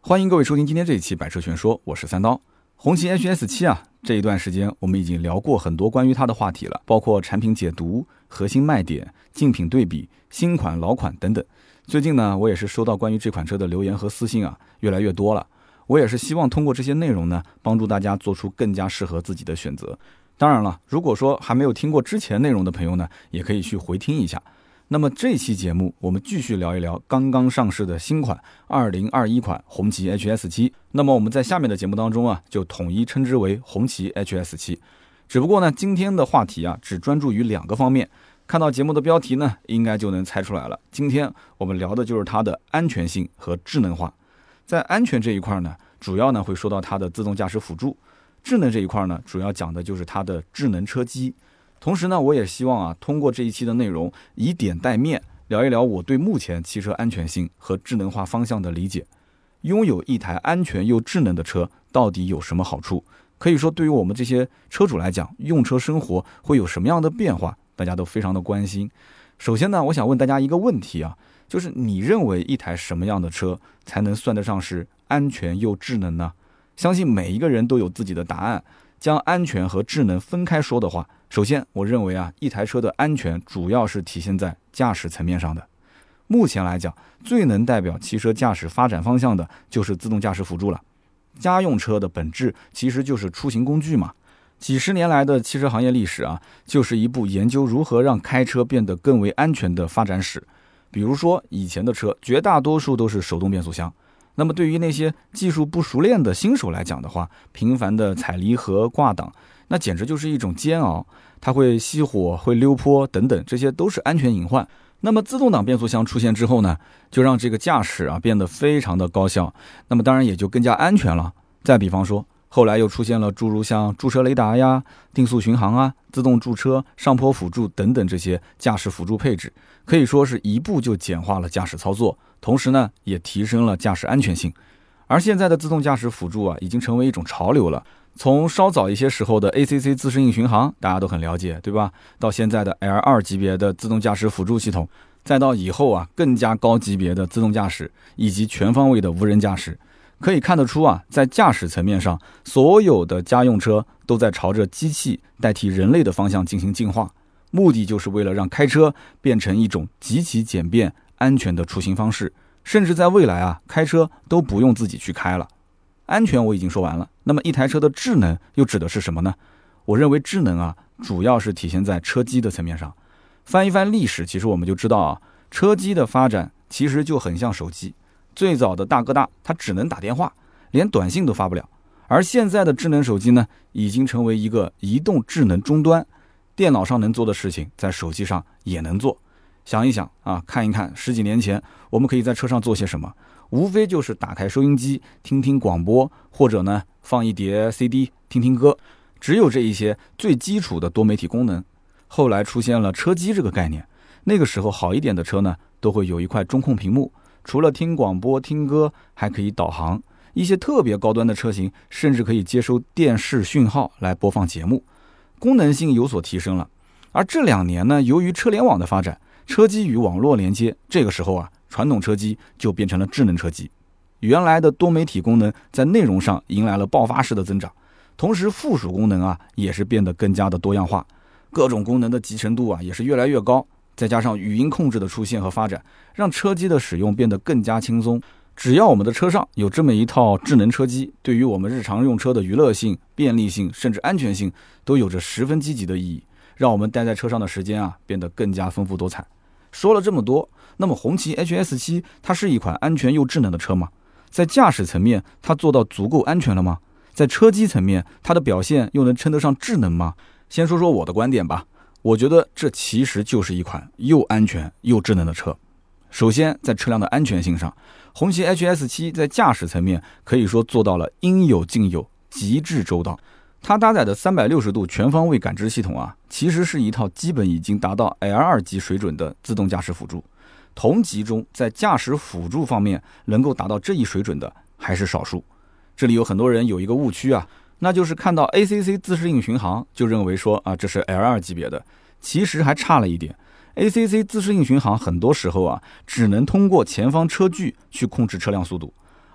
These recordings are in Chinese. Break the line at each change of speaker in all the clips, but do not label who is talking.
欢迎各位收听今天这一期百车全说，我是三刀。红旗 HS7 啊，这一段时间我们已经聊过很多关于它的话题了，包括产品解读、核心卖点、竞品对比、新款老款等等。最近呢，我也是收到关于这款车的留言和私信啊，越来越多了。我也是希望通过这些内容呢，帮助大家做出更加适合自己的选择。当然了，如果说还没有听过之前内容的朋友呢，也可以去回听一下。那么这期节目我们继续聊一聊刚刚上市的新款2021款红旗 HS7。那么我们在下面的节目当中啊，就统一称之为红旗 HS7。只不过呢，今天的话题啊，只专注于2个方面。看到节目的标题呢，应该就能猜出来了。今天我们聊的就是它的安全性和智能化。在安全这一块呢，主要呢会说到它的自动驾驶辅助；智能这一块呢，主要讲的就是它的智能车机。同时呢，我也希望啊，通过这一期的内容，以点带面，聊一聊我对目前汽车安全性和智能化方向的理解。拥有一台安全又智能的车，到底有什么好处？可以说，对于我们这些车主来讲，用车生活会有什么样的变化？大家都非常的关心。首先呢，我想问大家一个问题啊，就是你认为一台什么样的车才能算得上是安全又智能呢？相信每一个人都有自己的答案。将安全和智能分开说的话，首先我认为啊，一台车的安全主要是体现在驾驶层面上的。目前来讲，最能代表汽车驾驶发展方向的就是自动驾驶辅助了。家用车的本质其实就是出行工具嘛。几十年来的汽车行业历史啊，就是一部研究如何让开车变得更为安全的发展史。比如说以前的车绝大多数都是手动变速箱，那么对于那些技术不熟练的新手来讲的话，频繁的踩离合挂档，那简直就是一种煎熬。它会熄火，会溜坡等等，这些都是安全隐患。那么自动挡变速箱出现之后呢，就让这个驾驶啊变得非常的高效，那么当然也就更加安全了。再比方说，后来又出现了诸如像驻车雷达呀、定速巡航啊、自动驻车、上坡辅助等等这些驾驶辅助配置，可以说是一步就简化了驾驶操作，同时呢也提升了驾驶安全性。而现在的自动驾驶辅助啊，已经成为一种潮流了。从稍早一些时候的 ACC 自适应巡航，大家都很了解，对吧？到现在的 L2 级别的自动驾驶辅助系统，再到以后啊更加高级别的自动驾驶以及全方位的无人驾驶。可以看得出啊，在驾驶层面上，所有的家用车都在朝着机器代替人类的方向进行进化，目的就是为了让开车变成一种极其简便、安全的出行方式，甚至在未来啊，开车都不用自己去开了。安全我已经说完了，那么一台车的智能又指的是什么呢？我认为智能啊，主要是体现在车机的层面上。翻一翻历史，其实我们就知道啊，车机的发展其实就很像手机。最早的大哥大，它只能打电话，连短信都发不了。而现在的智能手机呢，已经成为一个移动智能终端，电脑上能做的事情，在手机上也能做。想一想啊，看一看10几年前我们可以在车上做些什么，无非就是打开收音机听听广播，或者呢放一碟 CD 听听歌，只有这一些最基础的多媒体功能。后来出现了车机这个概念，那个时候好一点的车呢，都会有一块中控屏幕，除了听广播听歌还可以导航，一些特别高端的车型甚至可以接收电视讯号来播放节目，功能性有所提升了。而这2年呢，由于车联网的发展，车机与网络连接，这个时候啊，传统车机就变成了智能车机。原来的多媒体功能在内容上迎来了爆发式的增长，同时附属功能啊也是变得更加的多样化，各种功能的集成度啊也是越来越高。再加上语音控制的出现和发展，让车机的使用变得更加轻松。只要我们的车上有这么一套智能车机，对于我们日常用车的娱乐性、便利性甚至安全性都有着十分积极的意义，让我们待在车上的时间啊变得更加丰富多彩。说了这么多，那么红旗 HS7 它是一款安全又智能的车吗？在驾驶层面它做到足够安全了吗？在车机层面它的表现又能称得上智能吗？先说说我的观点吧，我觉得这其实就是一款又安全又智能的车。首先在车辆的安全性上，红旗 HS7 在驾驶层面可以说做到了应有尽有，极致周到。它搭载的360度全方位感知系统啊，其实是一套基本已经达到 L2 级水准的自动驾驶辅助。同级中在驾驶辅助方面能够达到这一水准的还是少数。这里有很多人有一个误区啊，那就是看到 ACC 自适应巡航就认为说啊这是 L2 级别的，其实还差了一点。ACC 自适应巡航很多时候啊只能通过前方车距去控制车辆速度，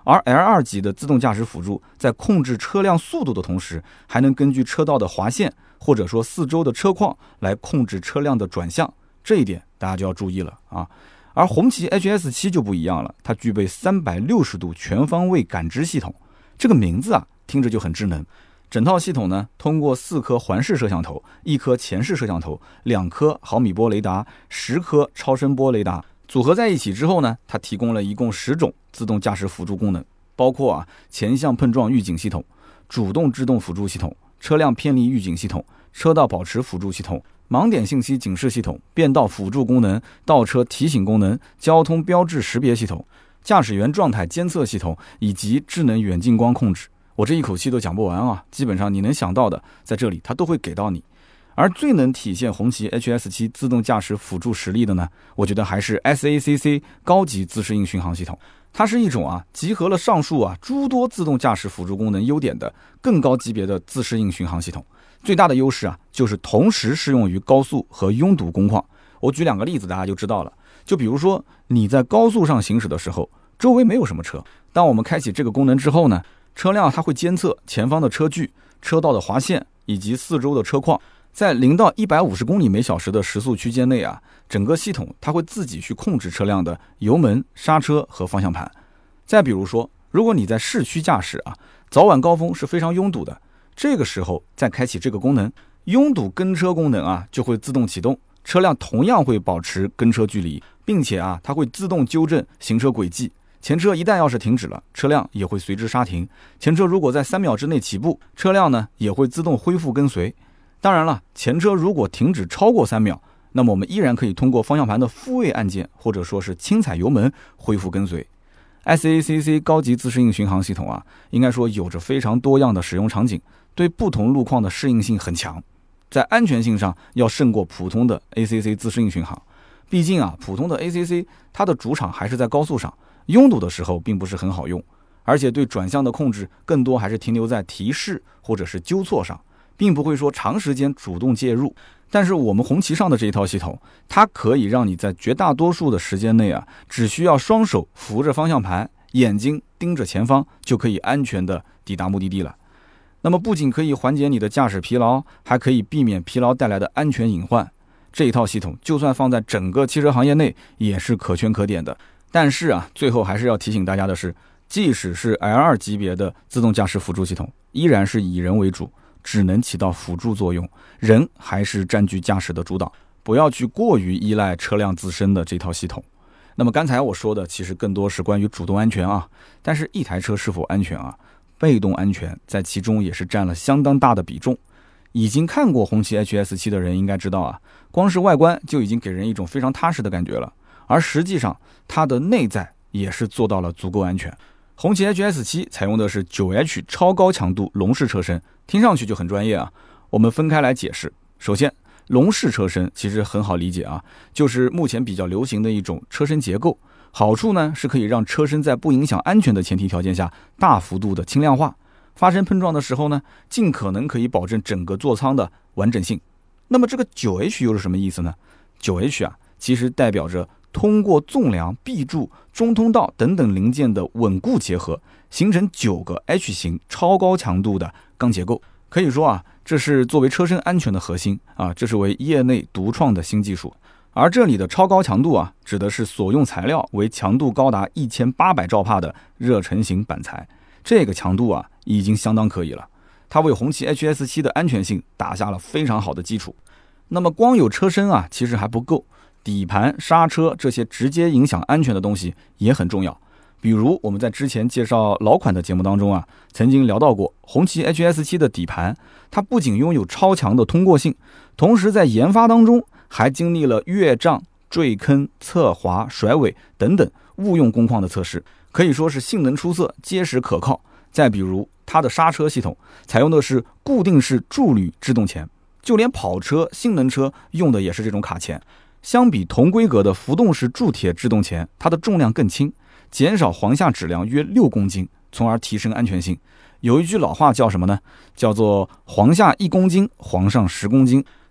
而 L2 级的自动驾驶辅助在控制车辆速度的同时，还能根据车道的划线或者说四周的车况来控制车辆的转向，这一点大家就要注意了啊。而红旗 HS7 就不一样了，它具备360度全方位感知系统，这个名字啊听着就很智能。整套系统呢，通过4颗环视摄像头、1颗前视摄像头、2颗毫米波雷达、10颗超声波雷达组合在一起之后呢，它提供了一共10种自动驾驶辅助功能，包括前向碰撞预警系统、主动制动辅助系统、车辆偏离预警系统、车道保持辅助系统、盲点信息警示系统、变道辅助功能、倒车提醒功能、交通标志识别系统、驾驶员状态监测系统以及智能远近光控制。我这一口气都讲不完啊，基本上你能想到的在这里它都会给到你。而最能体现红旗 HS7 自动驾驶辅助实力的呢，我觉得还是 SACC 高级自适应巡航系统。它是一种集合了上述诸多自动驾驶辅助功能优点的更高级别的自适应巡航系统。最大的优势就是同时适用于高速和拥堵工况。我举2个例子大家就知道了。就比如说你在高速上行驶的时候，周围没有什么车，当我们开启这个功能之后呢，车辆它会监测前方的车距、车道的划线以及四周的车况，在0到150公里每小时的时速区间内整个系统它会自己去控制车辆的油门、刹车和方向盘。再比如说，如果你在市区驾驶早晚高峰是非常拥堵的，这个时候再开启这个功能，拥堵跟车功能就会自动启动，车辆同样会保持跟车距离，并且它会自动纠正行车轨迹。前车一旦要是停止了，车辆也会随之刹停。前车如果在3秒之内起步，车辆呢也会自动恢复跟随。当然了，前车如果停止超过3秒，那么我们依然可以通过方向盘的复位按键，或者说是轻踩油门恢复跟随。SACC 高级自适应巡航系统应该说有着非常多样的使用场景，对不同路况的适应性很强，在安全性上要胜过普通的 ACC 自适应巡航。毕竟普通的 ACC 它的主场还是在高速上，拥堵的时候并不是很好用，而且对转向的控制更多还是停留在提示或者是纠错上，并不会说长时间主动介入。但是我们红旗上的这一套系统，它可以让你在绝大多数的时间内只需要双手扶着方向盘，眼睛盯着前方，就可以安全的抵达目的地了。那么不仅可以缓解你的驾驶疲劳，还可以避免疲劳带来的安全隐患。这一套系统就算放在整个汽车行业内也是可圈可点的。但是最后还是要提醒大家的是，即使是 L2 级别的自动驾驶辅助系统，依然是以人为主，只能起到辅助作用，人还是占据驾驶的主导，不要去过于依赖车辆自身的这套系统。那么刚才我说的其实更多是关于主动安全但是一台车是否安全被动安全在其中也是占了相当大的比重。已经看过红旗 HS7 的人应该知道光是外观就已经给人一种非常踏实的感觉了，而实际上它的内在也是做到了足够安全。红旗 HS7 采用的是 9H 超高强度笼式车身，听上去就很专业我们分开来解释。首先，笼式车身其实很好理解就是目前比较流行的一种车身结构。好处呢是可以让车身在不影响安全的前提条件下大幅度的轻量化，发生碰撞的时候呢，尽可能可以保证整个座舱的完整性。那么这个 9H 又是什么意思呢？ 9H 其实代表着通过纵梁、壁柱、中通道等等零件的稳固结合，形成9个 H 型超高强度的钢结构。可以说这是作为车身安全的核心这是为业内独创的新技术。而这里的超高强度指的是所用材料为强度高达1800兆帕的热成型板材，这个强度已经相当可以了，它为红旗 HS7 的安全性打下了非常好的基础。那么光有车身其实还不够，底盘、刹车这些直接影响安全的东西也很重要。比如我们在之前介绍老款的节目当中曾经聊到过红旗 HS7 的底盘，它不仅拥有超强的通过性，同时在研发当中还经历了越障、坠坑、侧滑、甩尾等等误用工况的测试，可以说是性能出色、结实可靠。再比如它的刹车系统采用的是固定式铸铝制动钳，就连跑车、性能车用的也是这种卡钳。相比同规格的浮动式铸铁制动钳，它的重量更轻，减少簧下质量约6公斤，从而提升安全性。有一句老话叫什么呢？叫做簧下1公斤，簧上10公斤。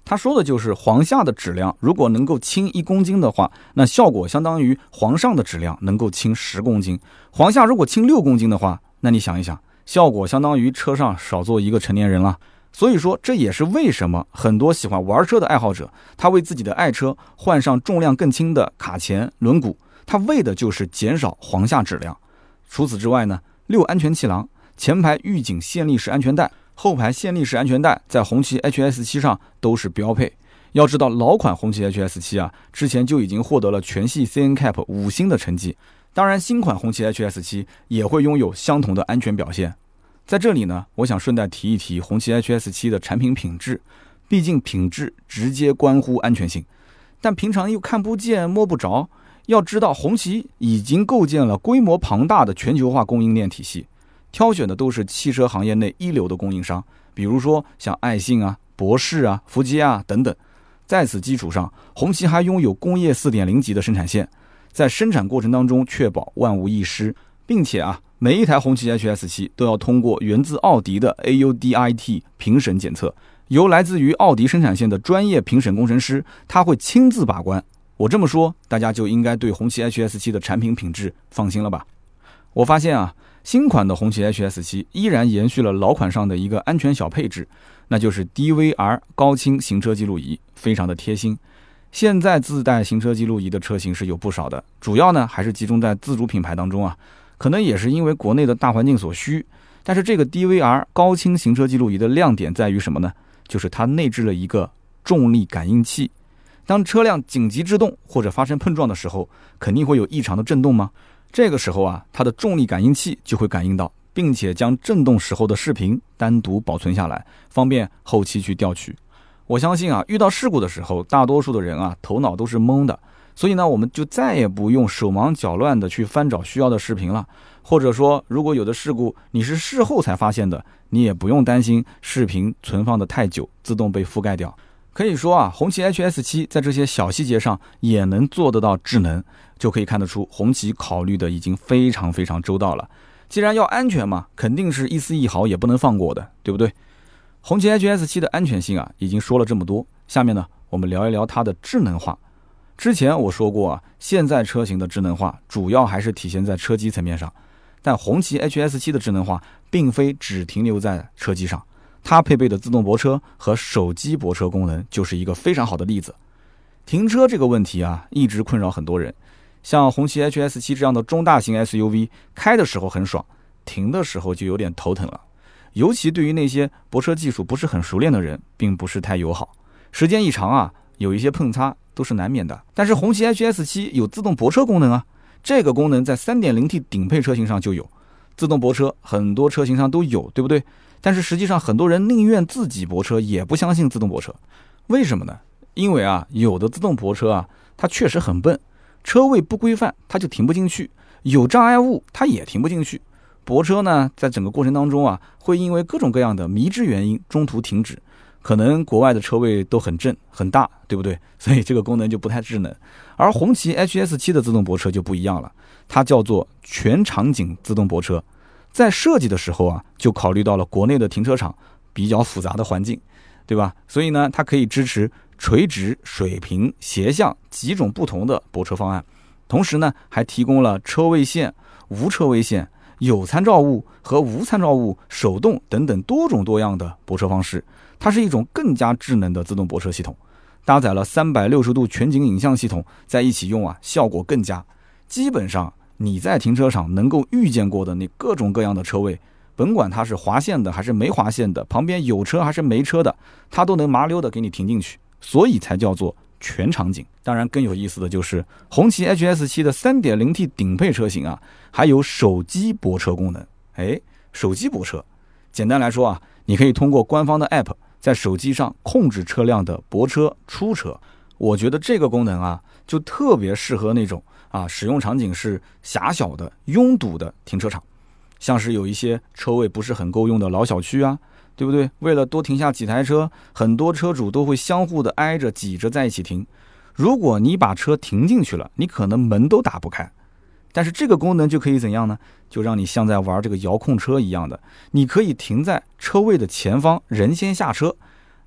它说的就是簧下的质量如果能够轻1公斤的话，那效果相当于簧上的质量能够轻10公斤。簧下如果轻6公斤的话，那你想一想，效果相当于车上少坐一个成年人了。所以说这也是为什么很多喜欢玩车的爱好者，他为自己的爱车换上重量更轻的卡钳轮毂，他为的就是减少簧下质量。除此之外呢，6安全气囊，前排预警线粒式安全带，后排线粒式安全带在红旗 HS7 上都是标配。要知道老款红旗 HS7 啊，之前就已经获得了全系 CNCAP 5星的成绩，当然新款红旗 HS7 也会拥有相同的安全表现。在这里呢，我想顺带提一提红旗 HS7 的产品品质，毕竟品质直接关乎安全性，但平常又看不见摸不着。要知道红旗已经构建了规模庞大的全球化供应链体系，挑选的都是汽车行业内一流的供应商，比如说像爱信啊、博世啊、福基啊等等。在此基础上，红旗还拥有工业 4.0 级的生产线，在生产过程当中确保万无一失，并且每一台红旗 HS7 都要通过源自奥迪的 AUDIT 评审检测，由来自于奥迪生产线的专业评审工程师，他会亲自把关。我这么说，大家就应该对红旗 HS7 的产品品质放心了吧？我发现新款的红旗 HS7 依然延续了老款上的一个安全小配置，那就是 DVR 高清行车记录仪，非常的贴心。现在自带行车记录仪的车型是有不少的，主要呢还是集中在自主品牌当中可能也是因为国内的大环境所需。但是这个 DVR 高清行车记录仪的亮点在于什么呢？就是它内置了一个重力感应器。当车辆紧急制动或者发生碰撞的时候，肯定会有异常的震动吗？这个时候它的重力感应器就会感应到，并且将震动时候的视频单独保存下来，方便后期去调取。我相信遇到事故的时候，大多数的人头脑都是懵的，所以呢，我们就再也不用手忙脚乱的去翻找需要的视频了。或者说，如果有的事故你是事后才发现的，你也不用担心视频存放的太久，自动被覆盖掉。可以说红旗 HS7 在这些小细节上也能做得到智能，就可以看得出红旗考虑的已经非常非常周到了。既然要安全嘛，肯定是一丝一毫也不能放过的，对不对？红旗 HS7 的安全性已经说了这么多，下面呢，我们聊一聊它的智能化。之前我说过现在车型的智能化主要还是体现在车机层面上，但红旗 HS7 的智能化并非只停留在车机上。它配备的自动泊车和手机泊车功能就是一个非常好的例子。停车这个问题一直困扰很多人，像红旗 HS7 这样的中大型 SUV 开的时候很爽，停的时候就有点头疼了，尤其对于那些泊车技术不是很熟练的人并不是太友好，时间一长有一些碰擦都是难免的。但是红旗 HS7 有自动泊车功能这个功能在 3.0T 顶配车型上就有，自动泊车很多车型上都有，对不对？但是实际上很多人宁愿自己泊车也不相信自动泊车，为什么呢？因为有的自动泊车它确实很笨，车位不规范它就停不进去，有障碍物它也停不进去。泊车呢在整个过程当中会因为各种各样的迷之原因中途停止，可能国外的车位都很正很大，对不对？所以这个功能就不太智能。而红旗 HS7 的自动泊车就不一样了，它叫做全场景自动泊车。在设计的时候就考虑到了国内的停车场比较复杂的环境，对吧？所以呢，它可以支持垂直、水平、斜向几种不同的泊车方案，同时呢，还提供了车位线、无车位线、有参照物和无参照物、手动等等多种多样的泊车方式。它是一种更加智能的自动泊车系统，搭载了360度全景影像系统，在一起用效果更佳。基本上你在停车场能够遇见过的那各种各样的车位，甭管它是划线的还是没划线的，旁边有车还是没车的，它都能麻溜的给你停进去，所以才叫做全场景。当然更有意思的就是红旗 HS7 的 3.0T 顶配车型还有手机泊车功能。手机泊车简单来说你可以通过官方的 App 在手机上控制车辆的泊车出车。我觉得这个功能就特别适合那种使用场景是狭小的拥堵的停车场，像是有一些车位不是很够用的老小区对不对？为了多停下几台车，很多车主都会相互的挨着挤着在一起停，如果你把车停进去了，你可能门都打不开。但是这个功能就可以怎样呢？就让你像在玩这个遥控车一样的，你可以停在车位的前方，人先下车，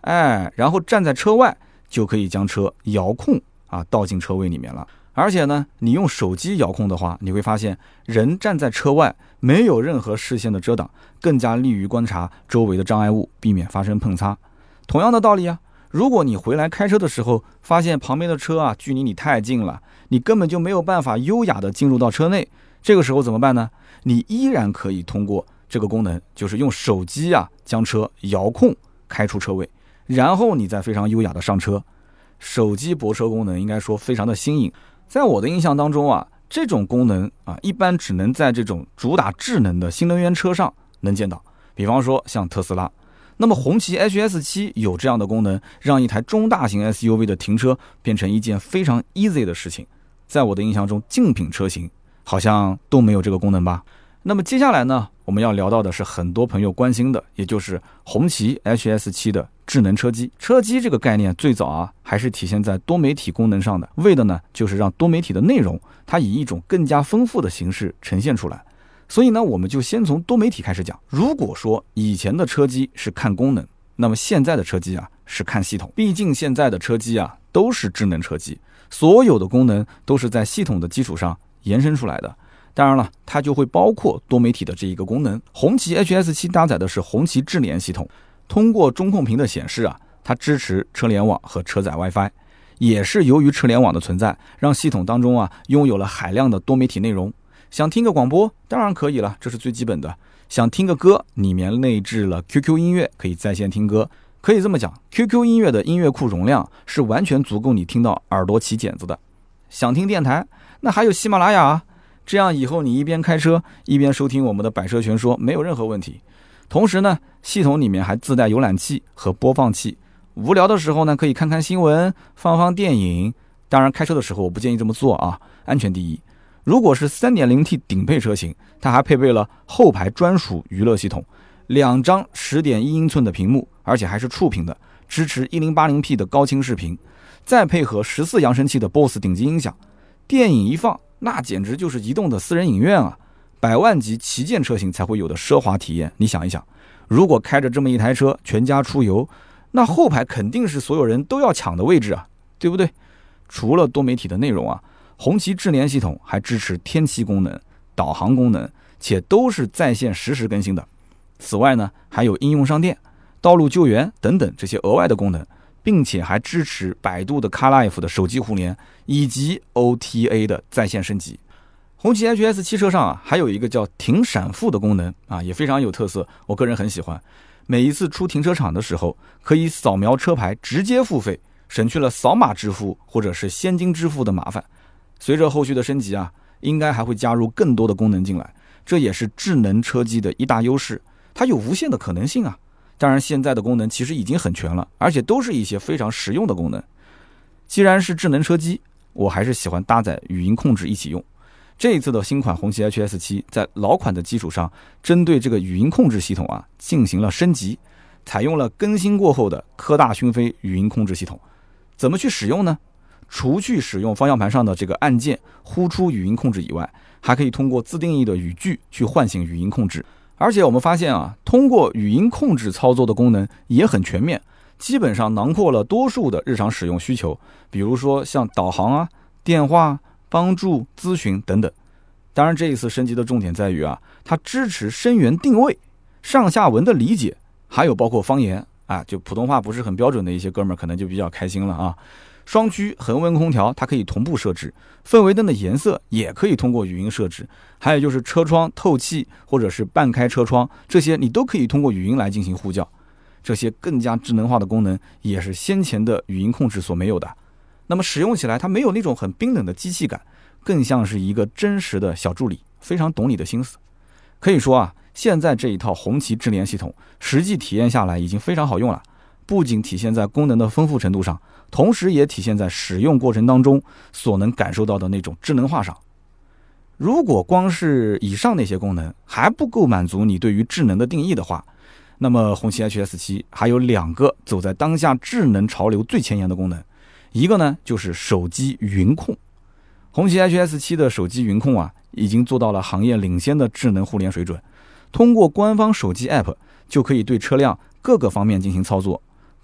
然后站在车外就可以将车遥控倒进车位里面了。而且呢，你用手机遥控的话，你会发现人站在车外没有任何视线的遮挡，更加利于观察周围的障碍物，避免发生碰擦。同样的道理啊，如果你回来开车的时候发现旁边的车距离你太近了，你根本就没有办法优雅的进入到车内，这个时候怎么办呢？你依然可以通过这个功能，就是用手机将车遥控开出车位，然后你再非常优雅的上车。手机泊车功能应该说非常的新颖，在我的印象当中这种功能一般只能在这种主打智能的新能源车上能见到，比方说像特斯拉。那么红旗 HS7 有这样的功能，让一台中大型 SUV 的停车变成一件非常 easy 的事情。在我的印象中，竞品车型好像都没有这个功能吧。那么接下来呢，我们要聊到的是很多朋友关心的，也就是红旗 HS7 的智能车机。车机这个概念最早还是体现在多媒体功能上的，为的呢就是让多媒体的内容它以一种更加丰富的形式呈现出来。所以呢，我们就先从多媒体开始讲。如果说以前的车机是看功能，那么现在的车机是看系统。毕竟现在的车机都是智能车机，所有的功能都是在系统的基础上延伸出来的。当然了，它就会包括多媒体的这一个功能。红旗 HS7 搭载的是红旗智联系统，通过中控屏的显示它支持车联网和车载 WiFi。也是由于车联网的存在，让系统当中拥有了海量的多媒体内容。想听个广播当然可以了，这是最基本的。想听个歌，里面内置了 QQ 音乐，可以在线听歌。可以这么讲， QQ 音乐的音乐库容量是完全足够你听到耳朵起茧子的。想听电台，那还有喜马拉雅这样以后你一边开车一边收听我们的百车全说，没有任何问题。同时呢，系统里面还自带浏览器和播放器，无聊的时候呢可以看看新闻，放放电影。当然开车的时候我不建议这么做安全第一。如果是 3.0T 顶配车型，它还配备了后排专属娱乐系统，2张 10.1 英寸的屏幕，而且还是触屏的，支持 1080p 的高清视频，再配合14扬声器的 BOSS 顶级音响，电影一放那简直就是移动的私人影院100万级旗舰车型才会有的奢华体验。你想一想，如果开着这么一台车全家出游，那后排肯定是所有人都要抢的位置对不对？除了多媒体的内容红旗智联系统还支持天气功能、导航功能，且都是在线实时更新的。此外呢，还有应用商店、道路救援等等这些额外的功能，并且还支持百度的 CarLife 的手机互联以及 OTA 的在线升级。红旗 HS7 车上还有一个叫停闪付的功能也非常有特色，我个人很喜欢。每一次出停车场的时候，可以扫描车牌直接付费，省去了扫码支付或者是现金支付的麻烦。随着后续的升级应该还会加入更多的功能进来，这也是智能车机的一大优势，它有无限的可能性当然现在的功能其实已经很全了，而且都是一些非常实用的功能。既然是智能车机，我还是喜欢搭载语音控制一起用。这一次的新款红旗 HS7 在老款的基础上，针对这个语音控制系统进行了升级，采用了更新过后的科大讯飞语音控制系统。怎么去使用呢？除去使用方向盘上的这个按键呼出语音控制以外，还可以通过自定义的语句去唤醒语音控制。而且我们发现通过语音控制操作的功能也很全面，基本上囊括了多数的日常使用需求，比如说像导航电话、帮助、咨询等等。当然这一次升级的重点在于它支持声源定位、上下文的理解，还有包括方言就普通话不是很标准的一些哥们儿可能就比较开心了双区恒温空调它可以同步设置，氛围灯的颜色也可以通过语音设置，还有就是车窗透气或者是半开车窗，这些你都可以通过语音来进行呼叫。这些更加智能化的功能也是先前的语音控制所没有的。那么使用起来它没有那种很冰冷的机器感，更像是一个真实的小助理，非常懂你的心思。可以说现在这一套红旗智联系统实际体验下来已经非常好用了，不仅体现在功能的丰富程度上，同时也体现在使用过程当中所能感受到的那种智能化上。如果光是以上那些功能还不够满足你对于智能的定义的话，那么红旗 HS7 还有2个走在当下智能潮流最前沿的功能。一个呢就是手机云控。红旗 HS7 的手机云控已经做到了行业领先的智能互联水准，通过官方手机 App 就可以对车辆各个方面进行操作，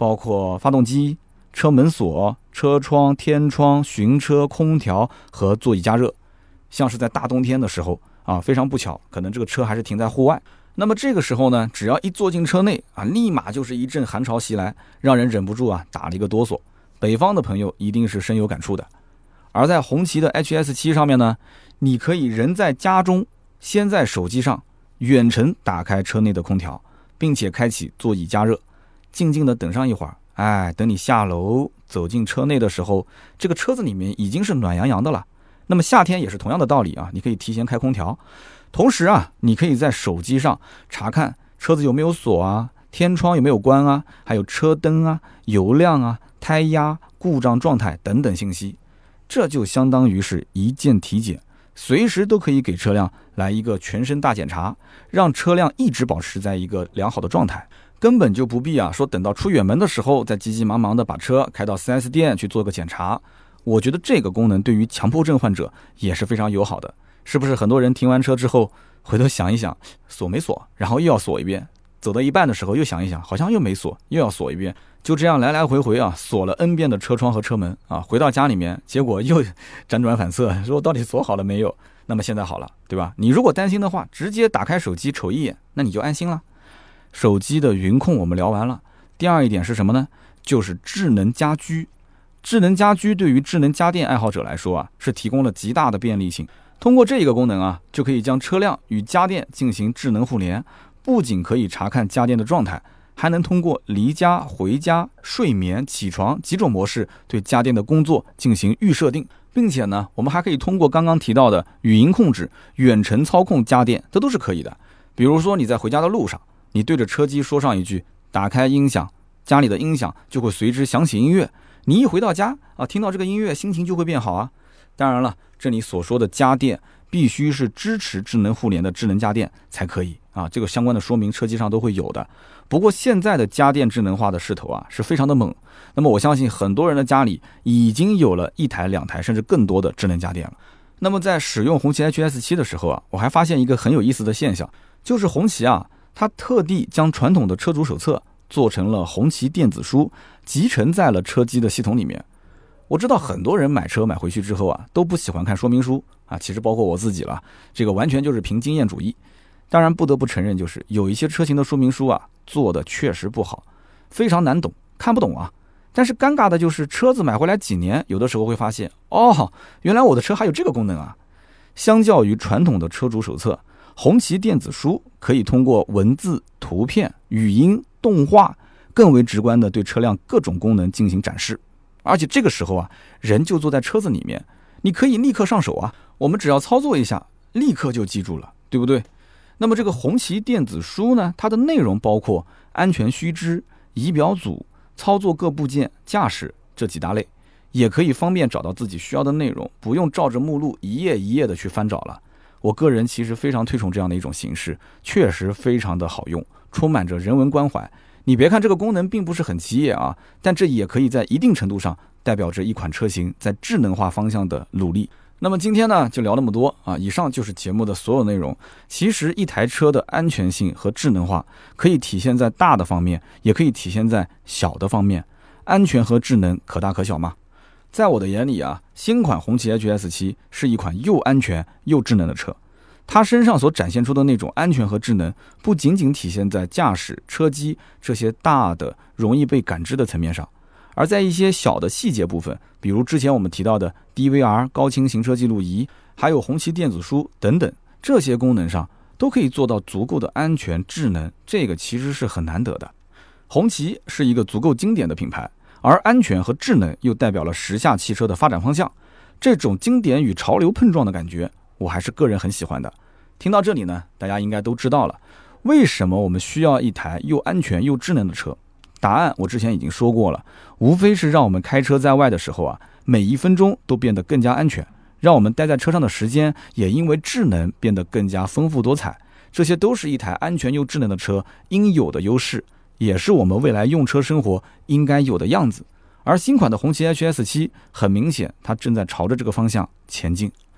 包括发动机、车门锁、车窗、天窗、行车、空调和座椅加热。像是在大冬天的时候啊，非常不巧，可能这个车还是停在户外。那么这个时候呢，只要一坐进车内啊，立马就是一阵寒潮袭来，让人忍不住啊打了一个哆嗦。北方的朋友一定是深有感触的。而在红旗的 HS7 上面呢，你可以人在家中，先在手机上远程打开车内的空调，并且开启座椅加热，静静的等上一会儿，等你下楼走进车内的时候，这个车子里面已经是暖洋洋的了。那么夏天也是同样的道理啊，你可以提前开空调，同时啊，你可以在手机上查看车子有没有锁啊，天窗有没有关啊，还有车灯啊、油量啊、胎压、故障状态等等信息。这就相当于是一键体检，随时都可以给车辆来一个全身大检查，让车辆一直保持在一个良好的状态，根本就不必啊说等到出远门的时候再急急忙忙的把车开到 4S 店去做个检查。我觉得这个功能对于强迫症患者也是非常友好的。是不是很多人停完车之后回头想一想锁没锁，然后又要锁一遍，走到一半的时候又想一想好像又没锁，又要锁一遍，就这样来来回回啊锁了 N 遍的车窗和车门啊，回到家里面结果又辗转反侧，说到底锁好了没有。那么现在好了，对吧？你如果担心的话，直接打开手机瞅一眼，那你就安心了。手机的云控我们聊完了，第二一点是什么呢？就是智能家居。智能家居对于智能家电爱好者来说啊，是提供了极大的便利性。通过这个功能啊，就可以将车辆与家电进行智能互联，不仅可以查看家电的状态，还能通过离家、回家、睡眠、起床几种模式对家电的工作进行预设定，并且呢，我们还可以通过刚刚提到的语音控制、远程操控家电，这都是可以的。比如说你在回家的路上，你对着车机说上一句打开音响，家里的音响就会随之响起音乐，你一回到家啊，听到这个音乐，心情就会变好啊。当然了，这里所说的家电必须是支持智能互联的智能家电才可以啊，这个相关的说明车机上都会有的。不过现在的家电智能化的势头啊是非常的猛，那么我相信很多人的家里已经有了1台、2台甚至更多的智能家电了。那么在使用红旗 HS7 的时候啊，我还发现一个很有意思的现象，就是红旗啊，它特地将传统的车主手册做成了红旗电子书，集成在了车机的系统里面。我知道很多人买车买回去之后啊，都不喜欢看说明书啊，其实包括我自己了，这个完全就是凭经验主义。当然不得不承认，就是有一些车型的说明书啊，做的确实不好，非常难懂，看不懂啊。但是尴尬的就是车子买回来几年，有的时候会发现，哦，原来我的车还有这个功能啊。相较于传统的车主手册，红旗电子书可以通过文字、图片、语音、动画，更为直观的对车辆各种功能进行展示。而且这个时候啊，人就坐在车子里面，你可以立刻上手啊，我们只要操作一下，立刻就记住了，对不对？那么这个红旗电子书呢，它的内容包括安全须知、仪表组、操作各部件、驾驶这几大类，也可以方便找到自己需要的内容，不用照着目录一页一页的去翻找了。我个人其实非常推崇这样的一种形式，确实非常的好用，充满着人文关怀。你别看这个功能并不是很起眼啊，但这也可以在一定程度上代表着一款车型在智能化方向的努力。那么今天呢就聊那么多啊，以上就是节目的所有内容。其实一台车的安全性和智能化可以体现在大的方面，也可以体现在小的方面。安全和智能可大可小嘛。在我的眼里啊，新款红旗 HS7 是一款又安全又智能的车。它身上所展现出的那种安全和智能，不仅仅体现在驾驶、车机这些大的容易被感知的层面上，而在一些小的细节部分，比如之前我们提到的 DVR 高清行车记录仪，还有红旗电子书等等，这些功能上都可以做到足够的安全智能，这个其实是很难得的。红旗是一个足够经典的品牌，而安全和智能又代表了时下汽车的发展方向，这种经典与潮流碰撞的感觉，我还是个人很喜欢的。听到这里呢，大家应该都知道了，为什么我们需要一台又安全又智能的车？答案我之前已经说过了，无非是让我们开车在外的时候啊，每1分钟都变得更加安全，让我们待在车上的时间也因为智能变得更加丰富多彩。这些都是一台安全又智能的车应有的优势，也是我们未来用车生活应该有的样子。而新款的红旗 HS7 很明显，它正在朝着这个方向前进。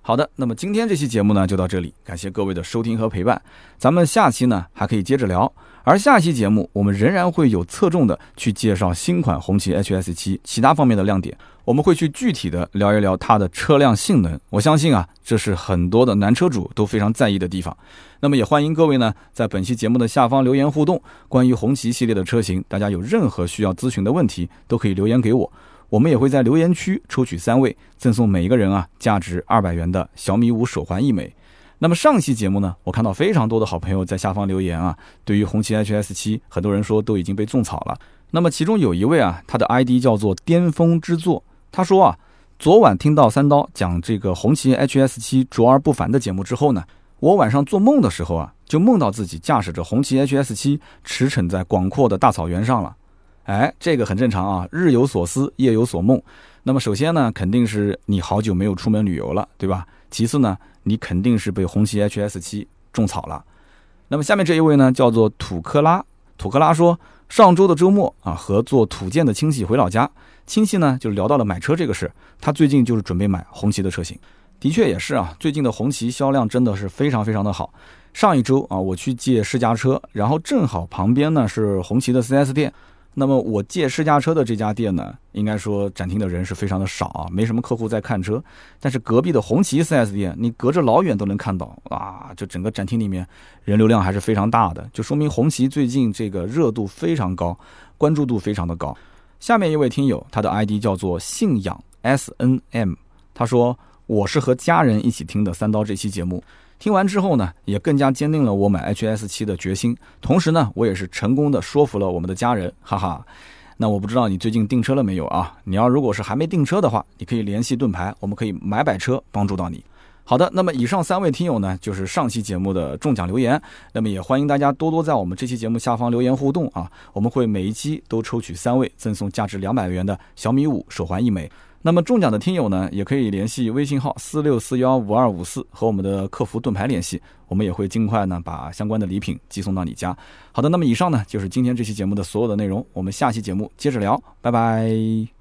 好的，那么今天这期节目呢就到这里，感谢各位的收听和陪伴，咱们下期呢还可以接着聊。而下期节目我们仍然会有侧重的去介绍新款红旗 HS7 其他方面的亮点，我们会去具体的聊一聊它的车辆性能，我相信啊，这是很多的男车主都非常在意的地方。那么也欢迎各位呢在本期节目的下方留言互动，关于红旗系列的车型，大家有任何需要咨询的问题都可以留言给我，我们也会在留言区抽取3位，赠送每一个人啊价值200元的小米5手环1枚。那么上期节目呢，我看到非常多的好朋友在下方留言啊，对于红旗 HS7 很多人说都已经被种草了。那么其中有一位啊，他的 ID 叫做巅峰之作，他说啊，昨晚听到三刀讲这个红旗 HS7 卓而不凡的节目之后呢，我晚上做梦的时候啊，就梦到自己驾驶着红旗 HS7 驰骋在广阔的大草原上了。哎，这个很正常啊，日有所思，夜有所梦。那么首先呢，肯定是你好久没有出门旅游了，对吧？其次呢，你肯定是被红旗 HS7 种草了。那么下面这一位呢，叫做土克拉。土克拉说，上周的周末啊，和做土建的亲戚回老家，亲戚呢就聊到了买车这个事，他最近就是准备买红旗的车型。的确也是啊，最近的红旗销量真的是非常非常的好。上一周啊，我去借试驾车，然后正好旁边呢是红旗的 4S 店。那么我借试驾车的这家店呢，应该说展厅的人是非常的少啊，没什么客户在看车。但是隔壁的红旗 4S 店，你隔着老远都能看到啊，就整个展厅里面人流量还是非常大的，就说明红旗最近这个热度非常高，关注度非常的高。下面一位听友，他的 ID 叫做信仰 SNM， 他说，我是和家人一起听的三刀这期节目，听完之后呢，也更加坚定了我买 HS7 的决心。同时呢，我也是成功的说服了我们的家人，哈哈。那我不知道你最近订车了没有啊？你要如果是还没订车的话，你可以联系盾牌，我们可以买车帮助到你。好的，那么以上3位听友呢，就是上期节目的中奖留言。那么也欢迎大家多多在我们这期节目下方留言互动啊，我们会每一期都抽取3位，赠送价值200元的小米5手环1枚。那么中奖的听友呢，也可以联系微信号46415254和我们的客服盾牌联系，我们也会尽快呢把相关的礼品寄送到你家。好的，那么以上呢就是今天这期节目的所有的内容，我们下期节目接着聊，拜拜。